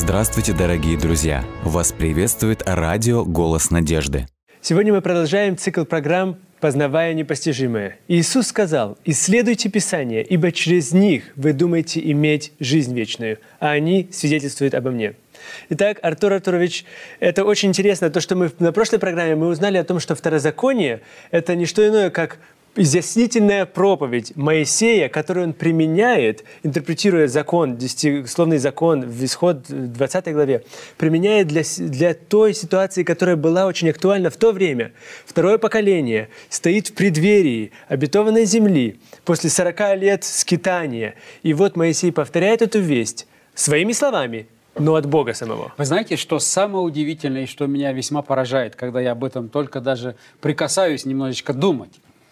Здравствуйте, дорогие друзья! Вас приветствует радио «Голос надежды». Сегодня мы продолжаем цикл программ «Познавая непостижимое». Иисус сказал: «Исследуйте Писания, ибо через них вы думаете иметь жизнь вечную, а они свидетельствуют обо мне». Итак, Артур Артурович, это очень интересно. То, что мы на прошлой программе мы узнали о том, что Второзаконие – это не что иное, как изъяснительная проповедь Моисея, которую он применяет, интерпретируя закон, десятисловный закон в Исход 20 главе, применяет для той ситуации, которая была очень актуальна в то время. Второе поколение стоит в преддверии обетованной земли после 40 лет скитания. И вот Моисей повторяет эту весть своими словами, но от Бога самого. Вы знаете, что самое удивительное, и что меня весьма поражает, когда я об этом только даже прикасаюсь немножечко думать.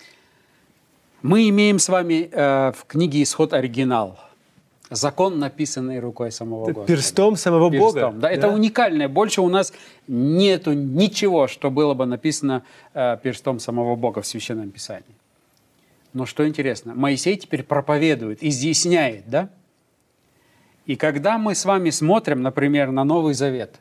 Мы имеем с вами в книге «Исход» оригинал. Закон, написанный рукой самого Господа. Перстом самого Бога. Да, это уникальное. Больше у нас нету ничего, что было бы написано перстом самого Бога в Священном Писании. Но что интересно, Моисей теперь проповедует, изъясняет, да? И когда мы с вами смотрим, например, на Новый Завет,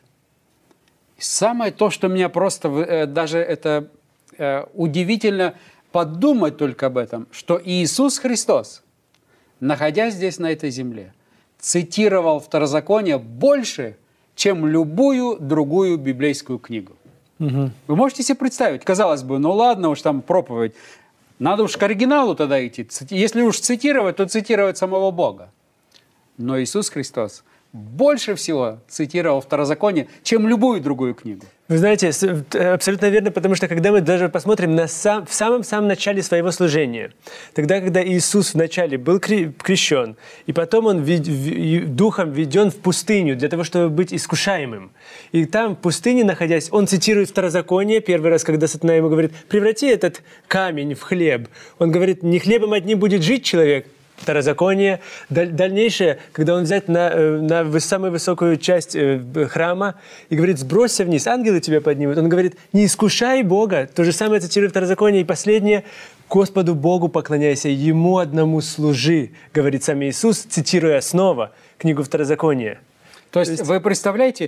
самое то, что меня просто даже это удивительно подумать только об этом, что Иисус Христос, находясь здесь, на этой земле, цитировал Второзаконие больше, чем любую другую библейскую книгу. Угу. Вы можете себе представить, казалось бы, ну ладно уж там проповедь, надо уж к оригиналу тогда идти. Если уж цитировать, то цитировать самого Бога. Но Иисус Христос больше всего цитировал Второзаконие, чем любую другую книгу. Вы знаете, абсолютно верно, потому что когда мы даже посмотрим в самом начале своего служения, тогда, когда Иисус вначале был крещен, и потом Он Духом введен в пустыню для того, чтобы быть искушаемым. И там, в пустыне находясь, Он цитирует Второзаконие, первый раз, когда сатана ему говорит: «Преврати этот камень в хлеб». Он говорит: «Не хлебом одним будет жить человек». Второзаконие. Дальнейшее, когда он взять на самую высокую часть храма и говорит: «Сбросься вниз, ангелы тебя поднимут». Он говорит: «Не искушай Бога». То же самое цитирует Второзаконие. И последнее: «Господу Богу поклоняйся, Ему одному служи», говорит сам Иисус, цитируя снова книгу Второзакония. То есть вы представляете,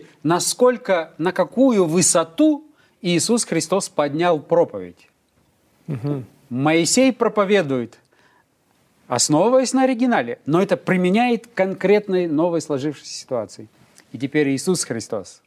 на какую высоту Иисус Христос поднял проповедь? Угу. Моисей проповедует, основываясь на оригинале, но это применяет к конкретной новой сложившейся ситуации. И теперь Иисус Христос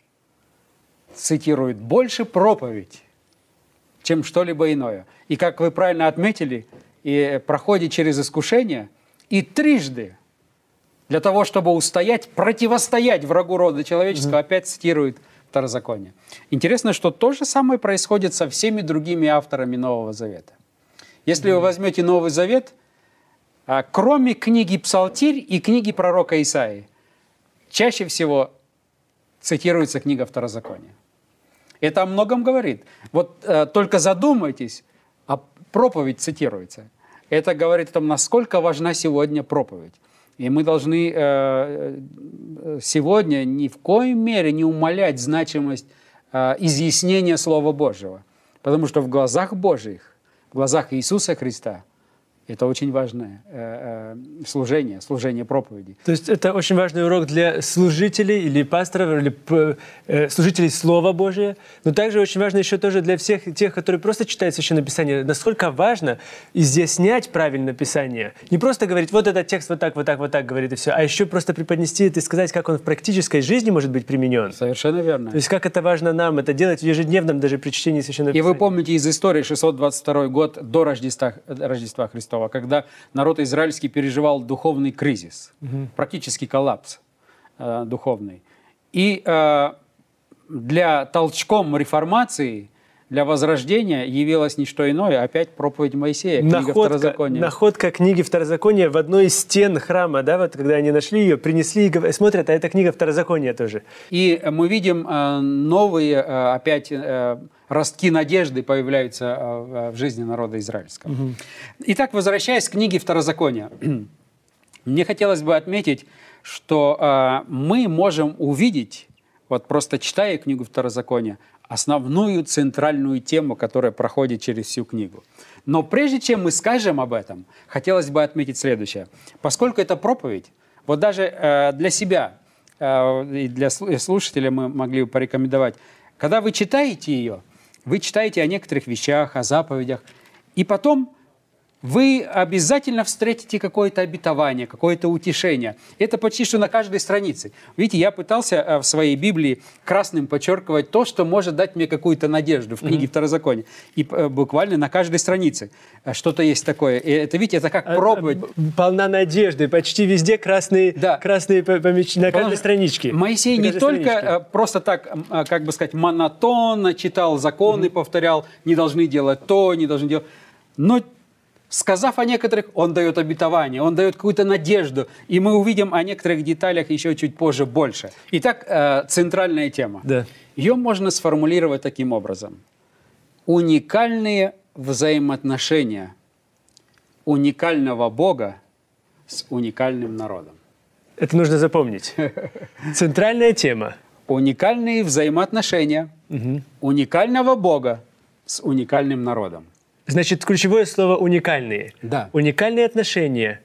цитирует больше проповедь, чем что-либо иное. И как вы правильно отметили, и проходит через искушение, и трижды для того, чтобы устоять, противостоять врагу рода человеческого, опять цитирует Второзаконие. Интересно, что то же самое происходит со всеми другими авторами Нового Завета. Если вы возьмете Новый Завет, кроме книги «Псалтирь» и книги пророка Исаии, чаще всего цитируется книга Второзакония. Это о многом говорит. Вот только задумайтесь, а проповедь цитируется. Это говорит о том, насколько важна сегодня проповедь. И мы должны сегодня ни в коей мере не умалять значимость изъяснения Слова Божьего. Потому что в глазах Божьих, в глазах Иисуса Христа, это очень важное служение проповеди. То есть это очень важный урок для служителей или пасторов, или служителей Слова Божия, но также очень важно еще тоже для всех тех, которые просто читают Священное Писание, насколько важно изъяснять правильно Писание. Не просто говорить: вот этот текст вот так говорит и все, а еще просто преподнести это и сказать, как он в практической жизни может быть применен. Совершенно верно. То есть как это важно нам это делать в ежедневном даже при чтении Священного Писания. И вы помните из истории 622 год до Рождества Христова, когда народ израильский переживал духовный кризис, практически коллапс духовный. И для толчком реформации, для возрождения явилось не что иное, опять проповедь Моисея, книга Второзакония. Находка книги Второзакония в одной из стен храма, да, вот когда они нашли ее, принесли и смотрят, а это книга Второзакония тоже. И мы видим новые опять ростки надежды появляются в жизни народа израильского. Угу. Итак, возвращаясь к книге Второзакония, мне хотелось бы отметить, что мы можем увидеть, вот просто читая книгу Второзакония, основную центральную тему, которая проходит через всю книгу. Но прежде чем мы скажем об этом, хотелось бы отметить следующее. Поскольку это проповедь, вот даже для себя, и для слушателя мы могли бы порекомендовать. Когда вы читаете ее, вы читаете о некоторых вещах, о заповедях, и потом вы обязательно встретите какое-то обетование, какое-то утешение. Это почти что на каждой странице. Видите, я пытался в своей Библии красным подчеркивать то, что может дать мне какую-то надежду в книге Второзакония. И буквально на каждой странице что-то есть такое. И это, видите, это как пробовать. Полна надежды. Почти везде красные, красные помечи на каждой страничке. Моисей не только просто так, как бы сказать, монотонно читал законы, повторял, не должны делать то, не должны делать... Но сказав о некоторых, он дает обетование, он дает какую-то надежду. И мы увидим о некоторых деталях еще чуть позже больше. Итак, центральная тема. Да. Ее можно сформулировать таким образом. Уникальные взаимоотношения уникального Бога с уникальным народом. Это нужно запомнить. Центральная тема. Уникальные взаимоотношения уникального Бога с уникальным народом. Значит, ключевое слово «уникальные». Да. Уникальные отношения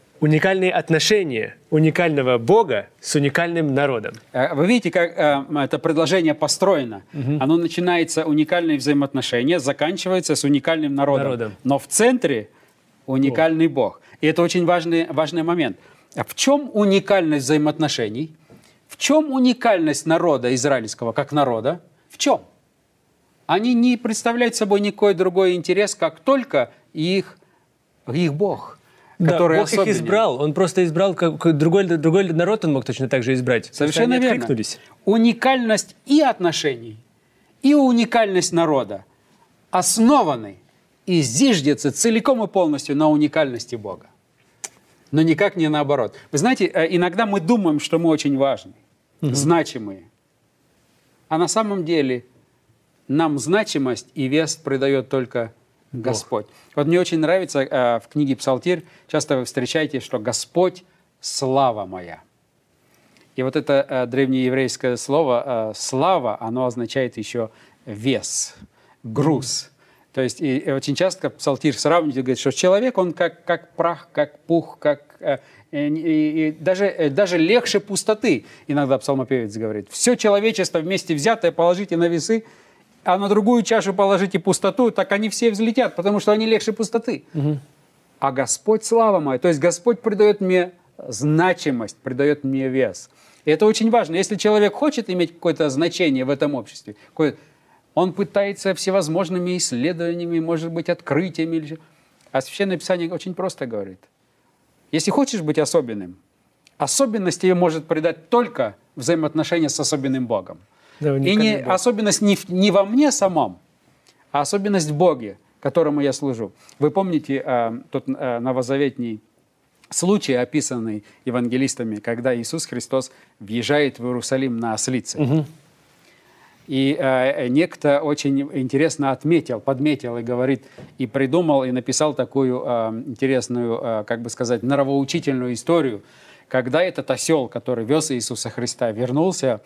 уникального Бога с уникальным народом. Вы видите, как это предложение построено. Оно начинается уникальные взаимоотношения, заканчивается с уникальным народом. Но в центре уникальный Бог. И это очень важный момент. В чем уникальность взаимоотношений? В чем уникальность народа израильского как народа? В чем? Они не представляют собой никакой другой интерес, как только их Бог, который Бог их избрал. Он просто избрал другой народ, он мог точно так же избрать. Совершенно верно. Уникальность и отношений, и уникальность народа основаны и зиждется целиком и полностью на уникальности Бога. Но никак не наоборот. Вы знаете, иногда мы думаем, что мы очень важны, значимые. А на самом деле нам значимость и вес придает только Господь. Вот мне очень нравится в книге «Псалтирь», часто вы встречаете, что «Господь – слава моя». И вот это древнееврейское слово «слава», оно означает еще вес, груз. То есть и очень часто Псалтирь сравнивает и говорит, что человек, он как прах, как пух, даже легче пустоты, иногда псалмопевец говорит. Все человечество вместе взятое положите на весы, а на другую чашу положите пустоту, так они все взлетят, потому что они легче пустоты. А Господь слава моя, то есть Господь придает мне значимость, придает мне вес. И это очень важно. Если человек хочет иметь какое-то значение в этом обществе, он пытается всевозможными исследованиями, может быть, открытиями. А Священное Писание очень просто говорит. Если хочешь быть особенным, особенность тебе может придать только взаимоотношения с особенным Богом. Да, и особенность не во мне самом, а особенность в Боге, которому я служу. Вы помните тот новозаветний случай, описанный евангелистами, когда Иисус Христос въезжает в Иерусалим на ослице. И некто очень интересно подметил и говорит, и придумал, и написал такую интересную, как бы сказать, нравоучительную историю, когда этот осел, который вез Иисуса Христа, вернулся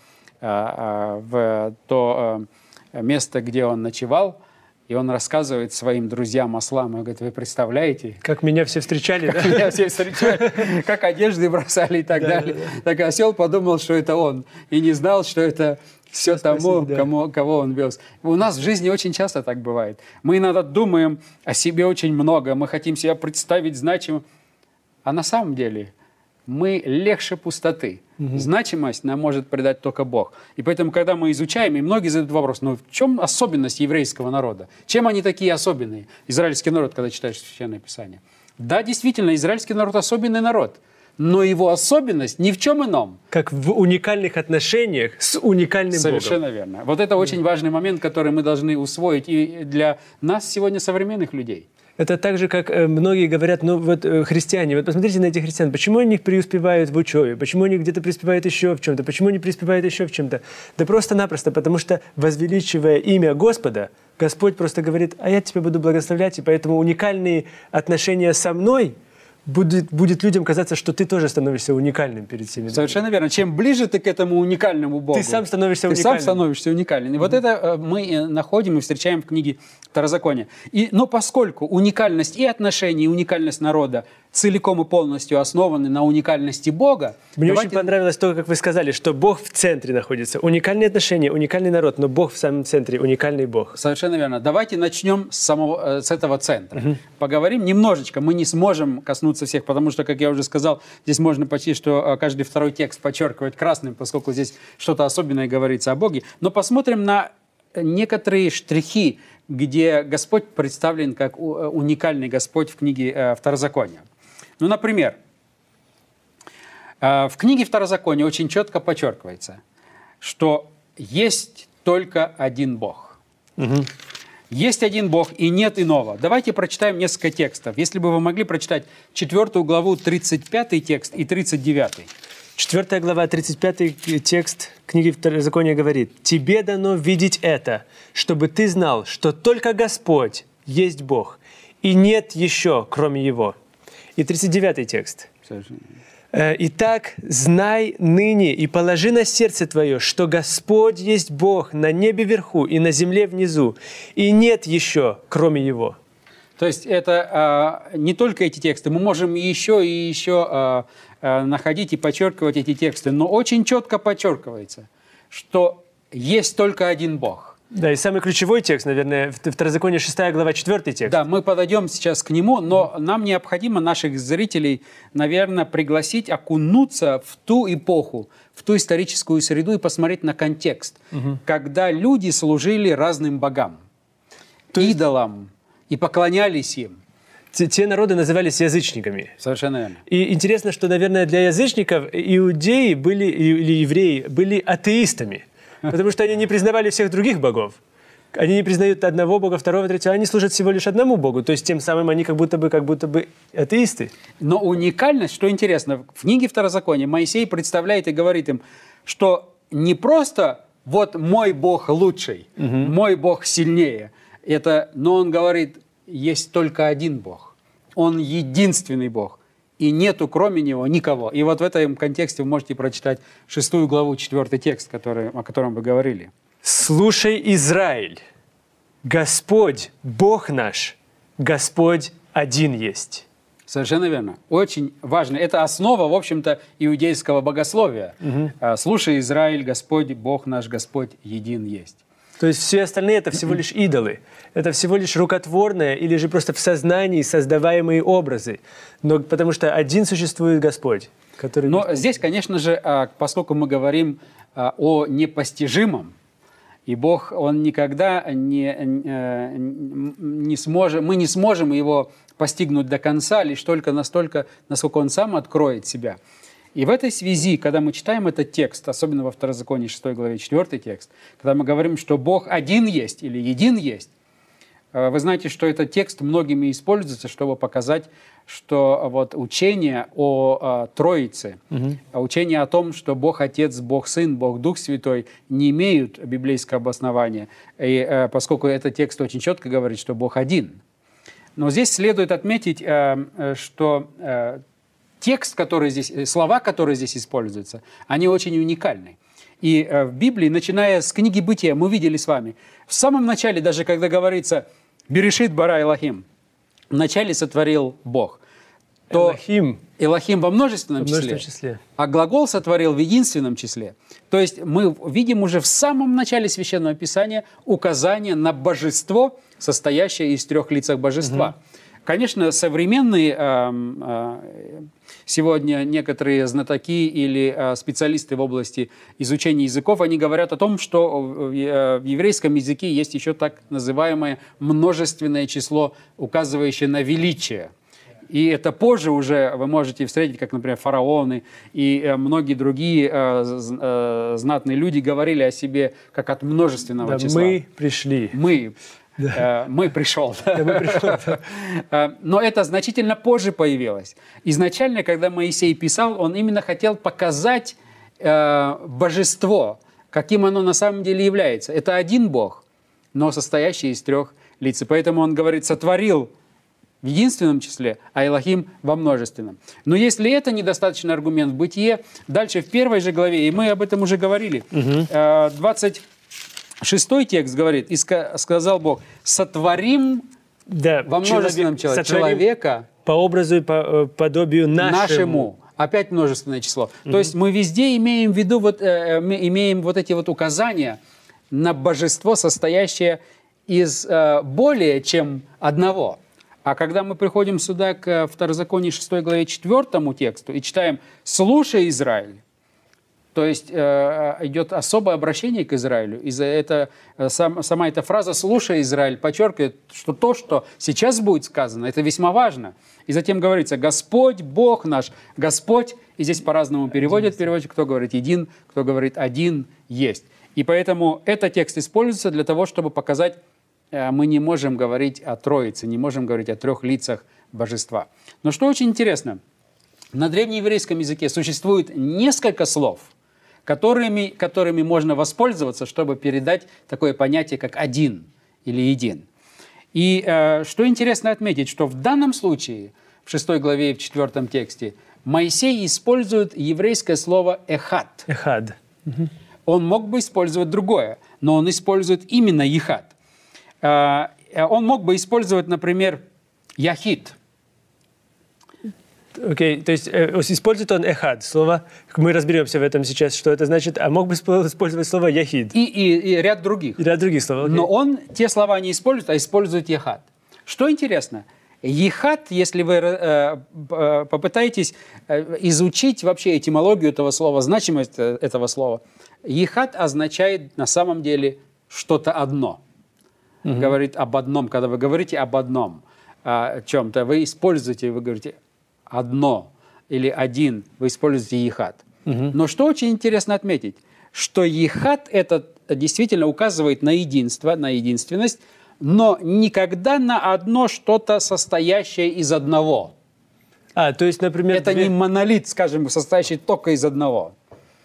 в то место, где он ночевал, и он рассказывает своим друзьям, ослам, и говорит, вы представляете? Как меня все встречали, как меня все встречали, как одежды бросали и так далее. Так осел подумал, что это он, и не знал, что это все тому, кого он вез. У нас в жизни очень часто так бывает. Мы иногда думаем о себе очень много, мы хотим себя представить значимым, а на самом деле мы легче пустоты. Значимость нам может придать только Бог. И поэтому, когда мы изучаем, и многие задают вопрос, в чем особенность еврейского народа? Чем они такие особенные? Израильский народ, когда читаешь Священное Писание. Да, действительно, израильский народ особенный народ. Но его особенность ни в чем ином. Как в уникальных отношениях с уникальным Богом. Совершенно верно. Вот это очень важный момент, который мы должны усвоить и для нас сегодня, современных людей. Это так же, как многие говорят, христиане, вот посмотрите на этих христиан, почему они преуспевают в учебе, почему они где-то преуспевают еще в чем-то, почему они преуспевают еще в чем-то. Да просто-напросто, потому что, возвеличивая имя Господа, Господь просто говорит, а я тебя буду благословлять, и поэтому уникальные отношения со мной будет людям казаться, что ты тоже становишься уникальным перед всеми. Совершенно верно. Чем ближе ты к этому уникальному Богу, ты сам становишься ты уникальным. сам становишься уникальным. И вот это мы находим и встречаем в книге Второзакония. Но поскольку уникальность и отношений, и уникальность народа целиком и полностью основаны на уникальности Бога. Мне очень понравилось то, как вы сказали, что Бог в центре находится. Уникальные отношения, уникальный народ, но Бог в самом центре, уникальный Бог. Совершенно верно. Давайте начнем с этого центра. Поговорим немножечко. Мы не сможем коснуться всех, потому что, как я уже сказал, здесь можно почти, что каждый второй текст подчеркивать красным, поскольку здесь что-то особенное говорится о Боге. Но посмотрим на некоторые штрихи, где Господь представлен как уникальный Господь в книге Второзакония. Ну, например, в книге Второзакония очень четко подчеркивается, что есть только один Бог. Есть один Бог и нет иного. Давайте прочитаем несколько текстов. Если бы вы могли прочитать 4 главу, 35 текст и 39. 4 глава, 35 текст книги Второзакония говорит: «Тебе дано видеть это, чтобы ты знал, что только Господь есть Бог, и нет еще, кроме Его». И 39 текст. «Итак, знай ныне и положи на сердце твое, что Господь есть Бог на небе вверху и на земле внизу, и нет еще, кроме Его». То есть это не только эти тексты, мы можем еще и еще находить и подчеркивать эти тексты, но очень четко подчеркивается, что есть только один Бог. Да, и самый ключевой текст, наверное, Второзаконие 6 глава, 4 текст. Да, мы подойдем сейчас к нему, но нам необходимо наших зрителей, наверное, пригласить окунуться в ту эпоху, в ту историческую среду и посмотреть на контекст, когда люди служили разным богам, идолам и поклонялись им. Те народы назывались язычниками. Совершенно верно. И интересно, что, наверное, для язычников иудеи были, или евреи были атеистами, потому что они не признавали всех других богов. Они не признают одного бога, второго, третьего. Они служат всего лишь одному богу. То есть тем самым они как будто бы атеисты. Но уникальность, что интересно, в книге Второзакония Моисей представляет и говорит им, что не просто вот мой Бог лучший, мой Бог сильнее, но он говорит, есть только один Бог. Он единственный Бог. И нету кроме Него никого. И вот в этом контексте вы можете прочитать 6 главу, 4 текст, о котором вы говорили. «Слушай, Израиль, Господь, Бог наш, Господь один есть». Совершенно верно. Очень важно. Это основа, в общем-то, иудейского богословия. «Слушай, Израиль, Господь, Бог наш, Господь един есть». То есть все остальные – это всего лишь идолы. Это всего лишь рукотворные или же просто в сознании создаваемые образы. Но потому что один существует Господь, который… Но здесь, конечно же, поскольку мы говорим о непостижимом, и Бог, Он никогда не сможет, мы не сможем Его постигнуть до конца, лишь только настолько, насколько Он сам откроет себя. И в этой связи, когда мы читаем этот текст, особенно во Второзаконии 6 главе 4 текст, когда мы говорим, что Бог один есть или един есть, вы знаете, что этот текст многими используется, чтобы показать, что вот учение о Троице, учение о том, что Бог Отец, Бог Сын, Бог Дух Святой не имеют библейского обоснования, и, поскольку этот текст очень четко говорит, что Бог один. Но здесь следует отметить, что текст, слова, которые здесь используются, они очень уникальны. И в Библии, начиная с книги Бытия, мы видели с вами, в самом начале, даже когда говорится «Берешит bara Элохим», вначале сотворил Бог, то Элохим во множественном числе, а глагол сотворил в единственном числе. То есть мы видим уже в самом начале Священного Писания указание на божество, состоящее из трех лиц божества. Конечно, современные сегодня некоторые знатоки или специалисты в области изучения языков, они говорят о том, что в еврейском языке есть еще так называемое множественное число, указывающее на величие. И это позже уже вы можете встретить, как, например, фараоны и многие другие знатные люди говорили о себе как от множественного числа. Мы пришли. Мы пришел. Но это значительно позже появилось. Изначально, когда Моисей писал, он именно хотел показать божество, каким оно на самом деле является. Это один Бог, но состоящий из трех лиц. И поэтому он говорит, сотворил в единственном числе, а Элохим во множественном. Но если это недостаточный аргумент в Бытие, дальше в 1 же главе, и мы об этом уже говорили, 26 текст говорит, «И сказал Бог, сотворим во множественном человека по образу и по подобию нашему». Опять множественное число. То есть мы везде имеем в виду, имеем вот эти вот указания на божество, состоящее из более чем одного. А когда мы приходим сюда к Второзаконию 6 главе 4 тексту и читаем «Слушай, Израиль», то есть идет особое обращение к Израилю. Сама эта фраза «слушай, Израиль» подчеркивает, что то, что сейчас будет сказано, это весьма важно. И затем говорится «Господь, Бог наш, Господь». И здесь по-разному переводят переводчик, кто говорит «един», кто говорит «один есть». И поэтому этот текст используется для того, чтобы показать, мы не можем говорить о Троице, не можем говорить о 3 лицах божества. Но что очень интересно, на древнееврейском языке существует несколько слов, которыми можно воспользоваться, чтобы передать такое понятие, как «один» или «един». И что интересно отметить, что в данном случае, в 6 главе и в 4 тексте, Моисей использует еврейское слово «эхад». Эхад. Он мог бы использовать другое, но он использует именно «ехад». Он мог бы использовать, например, «яхид». Окей, то есть использует он эхад, слово, мы разберемся в этом сейчас, что это значит, а мог бы использовать слово яхид. И ряд других. И ряд других слов, окей. Но он те слова не использует, а использует яхад. Что интересно, яхад, если вы попытаетесь изучить вообще этимологию этого слова, значимость этого слова, яхад означает на самом деле что-то одно. Говорит об одном, когда вы говорите об одном чем-то, вы используете, вы говорите одно или один, вы используете ехад. Но что очень интересно отметить, что ехад это действительно указывает на единство, на единственность, но никогда на одно что-то состоящее из одного. То есть, например... Это не монолит, скажем, состоящий только из одного.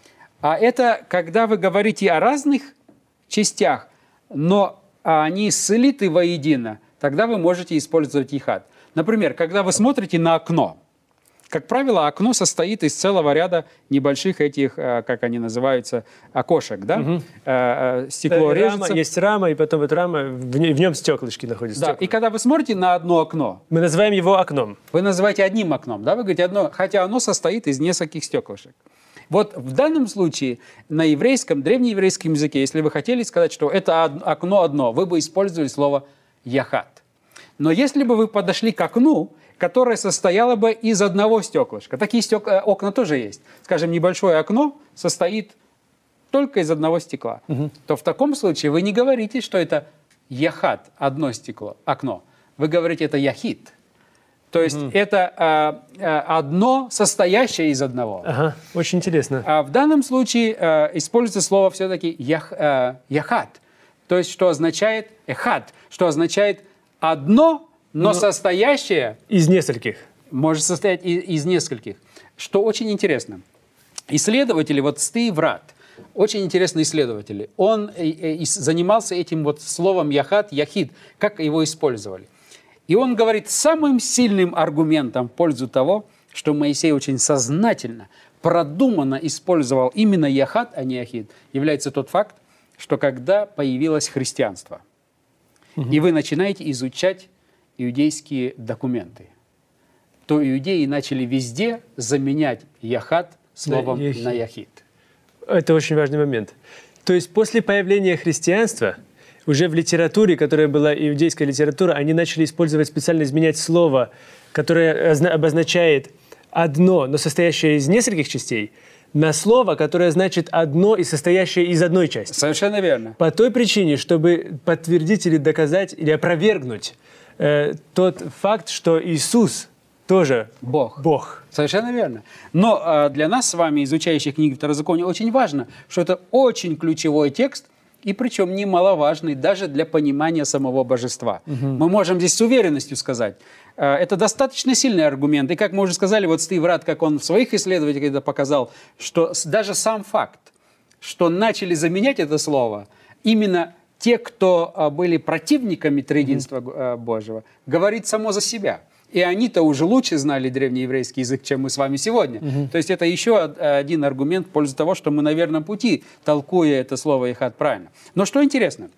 А это когда вы говорите о разных частях, но они слиты воедино, тогда вы можете использовать ехад. Например, когда вы смотрите на окно, как правило, окно состоит из целого ряда небольших этих, как они называются, окошек, да? Стекло режется. Есть рама, и потом эта рама, в нем стеклышки находятся. Да, и когда вы смотрите на одно окно... Мы называем его окном. Вы называете одним окном, да? Вы говорите одно, хотя оно состоит из нескольких стеклышек. Вот в данном случае на еврейском, древнееврейском языке, если вы хотели сказать, что это окно одно, вы бы использовали слово «яхат». Но если бы вы подошли к окну, которое состояло бы из одного стеклышка, такие окна тоже есть, скажем, небольшое окно состоит только из одного стекла, то в таком случае вы не говорите, что это яхат, одно стекло, окно. Вы говорите, это яхид. То есть это одно, состоящее из одного. Ага, очень интересно. А в данном случае используется слово все-таки яхат, то есть что означает эхад, что означает одно, но состоящее... Из нескольких. Может состоять из нескольких. Что очень интересно. Исследователи, вот Стив Рат, очень интересный исследователь, он занимался этим вот словом яхат, яхид, как его использовали. И он говорит, самым сильным аргументом в пользу того, что Моисей очень сознательно, продуманно использовал именно яхат, а не яхид, является тот факт, что когда появилось христианство, и вы начинаете изучать иудейские документы, то иудеи начали везде заменять яхат словом на яхид. Это очень важный момент. То есть после появления христианства уже в литературе, которая была иудейская литература, они начали использовать, специально изменять слово, которое обозначает одно, но состоящее из нескольких частей, на слово, которое значит одно и состоящее из одной части. Совершенно верно. По той причине, чтобы подтвердить или доказать, или опровергнуть тот факт, что Иисус тоже Бог. Совершенно верно. Но для нас с вами, изучающих книги Второзакония, очень важно, что это очень ключевой текст, и причем немаловажный даже для понимания самого божества. Мы можем здесь с уверенностью сказать, это достаточно сильный аргумент. И как мы уже сказали, вот Стив Рат, как он в своих исследованиях это показал, что даже сам факт, что начали заменять это слово, именно те, кто были противниками триединства Божьего, говорит само за себя. И они-то уже лучше знали древнееврейский язык, чем мы с вами сегодня. То есть это еще один аргумент в пользу того, что мы на верном пути, толкуя это слово «эхад» правильно. Но что интересно,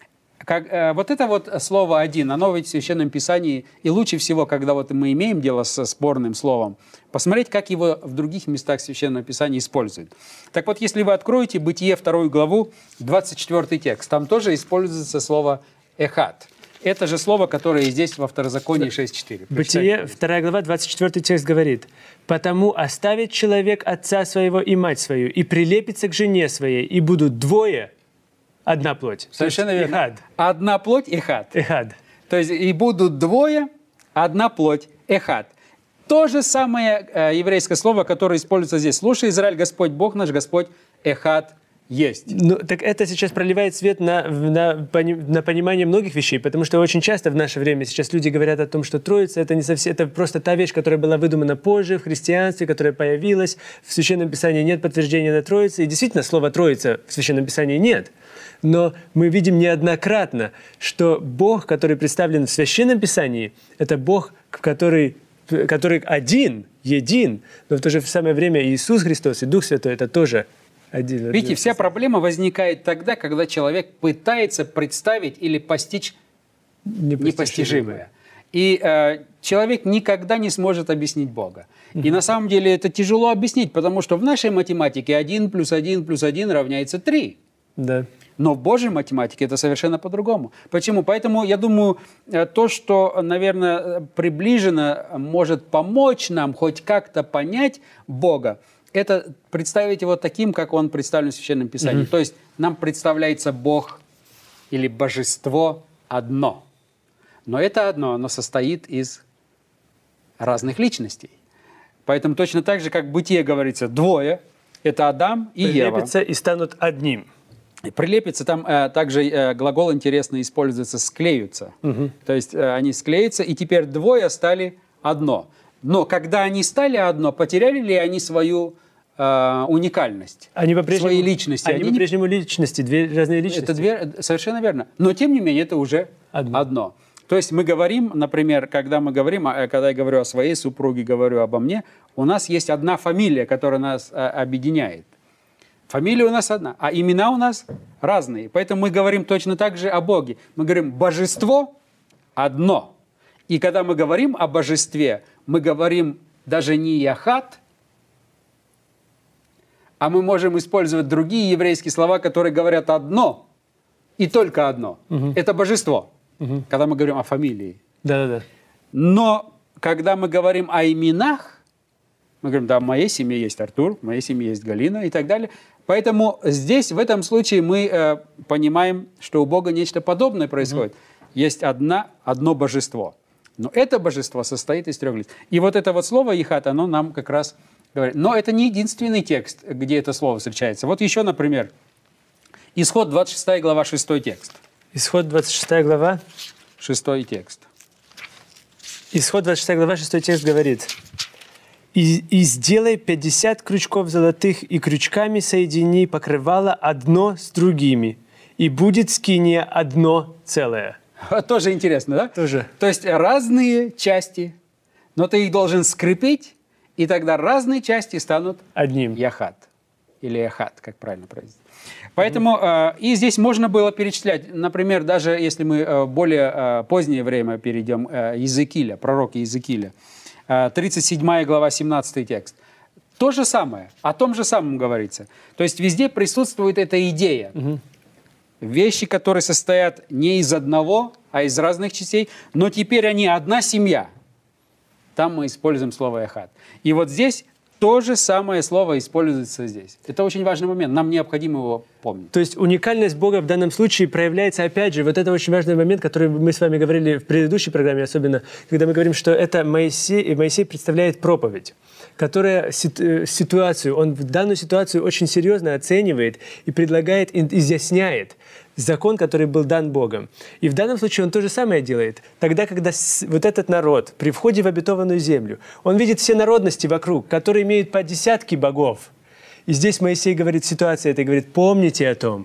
вот это вот слово «один», оно ведь в Священном Писании, и лучше всего, когда вот мы имеем дело со спорным словом, посмотреть, как его в других местах Священного Писания используют. Так вот, если вы откроете Бытие 2 главу, 24 текст, там тоже используется слово «эхад». Это же слово, которое и здесь во Второзаконии 6.4. Бытие 2 глава, 24 текст говорит: «Потому оставит человек отца своего и мать свою, и прилепится к жене своей, и будут двое, одна плоть». Совершенно верно. Эхад. Одна плоть – эхад. Эхад. То есть и будут двое, одна плоть – эхад. То же самое еврейское слово, которое используется здесь. «Слушай, Израиль, Господь Бог наш, Господь эхад есть». Ну, так это сейчас проливает свет на понимание многих вещей, потому что очень часто в наше время сейчас люди говорят о том, что Троица — это не совсем, это просто та вещь, которая была выдумана позже в христианстве, которая появилась. В Священном Писании нет подтверждения на Троице, и действительно слова «Троица» в Священном Писании нет. Но мы видим неоднократно, что Бог, который представлен в Священном Писании, это Бог, который один, един, но в то же самое время Иисус Христос и Дух Святой — это тоже один. Видите, вся проблема возникает тогда, когда человек пытается представить или постичь непостижимое. И человек никогда не сможет объяснить Бога. И на самом деле это тяжело объяснить, потому что в нашей математике 1 плюс 1 плюс 1 равняется 3. Да. Но в Божьей математике это совершенно по-другому. Почему? Поэтому я думаю, то, что, наверное, приближено, может помочь нам хоть как-то понять Бога, это представить его таким, как он представлен в Священном Писании. То есть нам представляется Бог или Божество одно. Но это одно, оно состоит из разных личностей. Поэтому точно так же, как в Бытие говорится, двое, это Адам и Ева. Прилепятся и станут одним. Прилепится, там также глагол интересно используется «склеются». То есть они склеются, и теперь двое стали одно. Но когда они стали одно, потеряли ли они свою уникальность, свои личности? Они по-прежнему личности, две разные личности. Совершенно верно. Но тем не менее это уже одно. То есть мы говорим, например, когда я говорю о своей супруге, говорю обо мне, у нас есть одна фамилия, которая нас объединяет. Фамилия у нас одна, а имена у нас разные. Поэтому мы говорим точно так же о Боге. Мы говорим «божество одно». И когда мы говорим о божестве, мы говорим даже не «яхат», а мы можем использовать другие еврейские слова, которые говорят «одно» и только «одно». Это божество, когда мы говорим о фамилии. Да-да-да. Но когда мы говорим о именах, мы говорим, да, в моей семье есть Артур, в моей семье есть Галина и так далее. Поэтому здесь, в этом случае, мы понимаем, что у Бога нечто подобное происходит. Есть одно божество. Но это божество состоит из трех лиц. И вот это вот слово «ехат», оно нам как раз говорит. Но это не единственный текст, где это слово встречается. Вот еще, например, Исход 26 глава, 6 текст. Исход 26 глава. 6 текст. Исход 26 глава, 6 текст говорит: «И сделай 50 крючков золотых, и крючками соедини покрывало одно с другими, и будет скиния одно целое». Тоже интересно, да? Тоже. То есть разные части, но ты их должен скрепить, и тогда разные части станут одним. Яхат. Или Яхат, как правильно произнести. Поэтому и здесь можно было перечислять, например, даже если мы в более позднее время перейдем, Иезекииля, пророк Иезекииля, 37 глава, 17 текст. То же самое, о том же самом говорится. То есть везде присутствует эта идея. Вещи, которые состоят не из одного, а из разных частей, но теперь они одна семья. Там мы используем слово «эхад». И вот здесь то же самое слово используется здесь. Это очень важный момент, нам необходимо его помнить. То есть уникальность Бога в данном случае проявляется, опять же, вот это очень важный момент, который мы с вами говорили в предыдущей программе, особенно, когда мы говорим, что это Моисей, и Моисей представляет проповедь, которая ситуацию, он в данную ситуацию очень серьезно оценивает и предлагает, изъясняет закон, который был дан Богом. И в данном случае он то же самое делает. Тогда, когда вот этот народ при входе в обетованную землю, он видит все народности вокруг, которые имеют по десятки богов. И здесь Моисей говорит, ситуация эта, говорит, помните о том,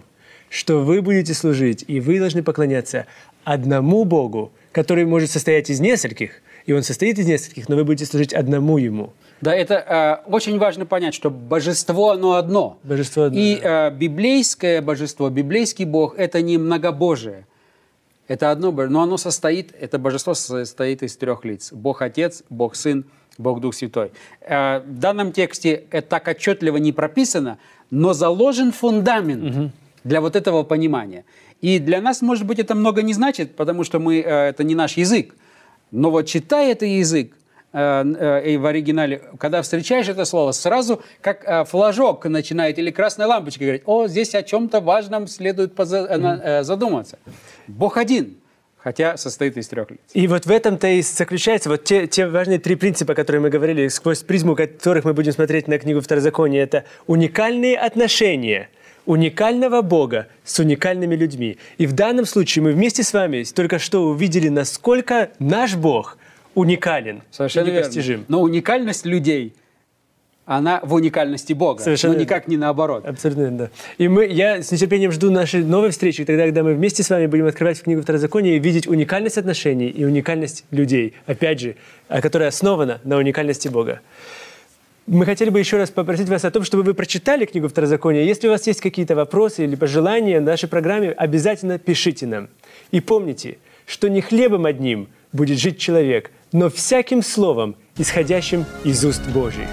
что вы будете служить, и вы должны поклоняться одному Богу, который может состоять из нескольких, и Он состоит из нескольких, но вы будете служить одному Ему. Да, это очень важно понять, что божество, оно одно. Божество одно. И библейское божество, библейский Бог – это не многобожие. Это одно, но оно состоит, это божество состоит из 3 лиц. Бог Отец, Бог Сын, Бог Дух Святой. В данном тексте это так отчетливо не прописано, но заложен фундамент для вот этого понимания. И для нас, может быть, это много не значит, потому что это не наш язык. Но вот читая этот язык, и в оригинале, когда встречаешь это слово, сразу как флажок начинает или красная лампочка говорить: о, здесь о чем-то важном следует задуматься. Бог один, хотя состоит из 3 лиц. И вот в этом-то и заключается вот те важные 3 принципа, которые мы говорили, сквозь призму которых мы будем смотреть на книгу Второзакония. Это уникальные отношения уникального Бога с уникальными людьми. И в данном случае мы вместе с вами только что увидели, насколько наш Бог уникален, совершенно и непостижим. Верно. Но уникальность людей, она в уникальности Бога, совершенно но никак не наоборот. Абсолютно, да. И я с нетерпением жду нашей новой встречи, тогда, когда мы вместе с вами будем открывать книгу Второзакония и видеть уникальность отношений и уникальность людей, опять же, которая основана на уникальности Бога. Мы хотели бы еще раз попросить вас о том, чтобы вы прочитали книгу Второзакония. Если у вас есть какие-то вопросы или пожелания в нашей программе, обязательно пишите нам. И помните, что не хлебом одним будет жить человек, но всяким словом, исходящим из уст Божьих.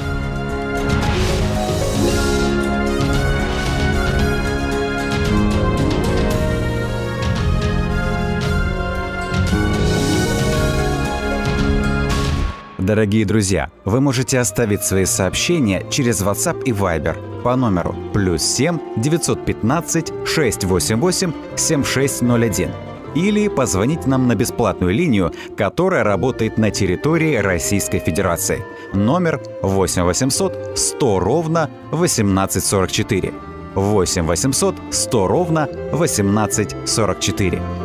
Дорогие друзья, вы можете оставить свои сообщения через WhatsApp и Viber по номеру +7 915 688 7601 или позвонить нам на бесплатную линию, которая работает на территории Российской Федерации. Номер 8 800 100 ровно 1844. 8 800 100 ровно 1844.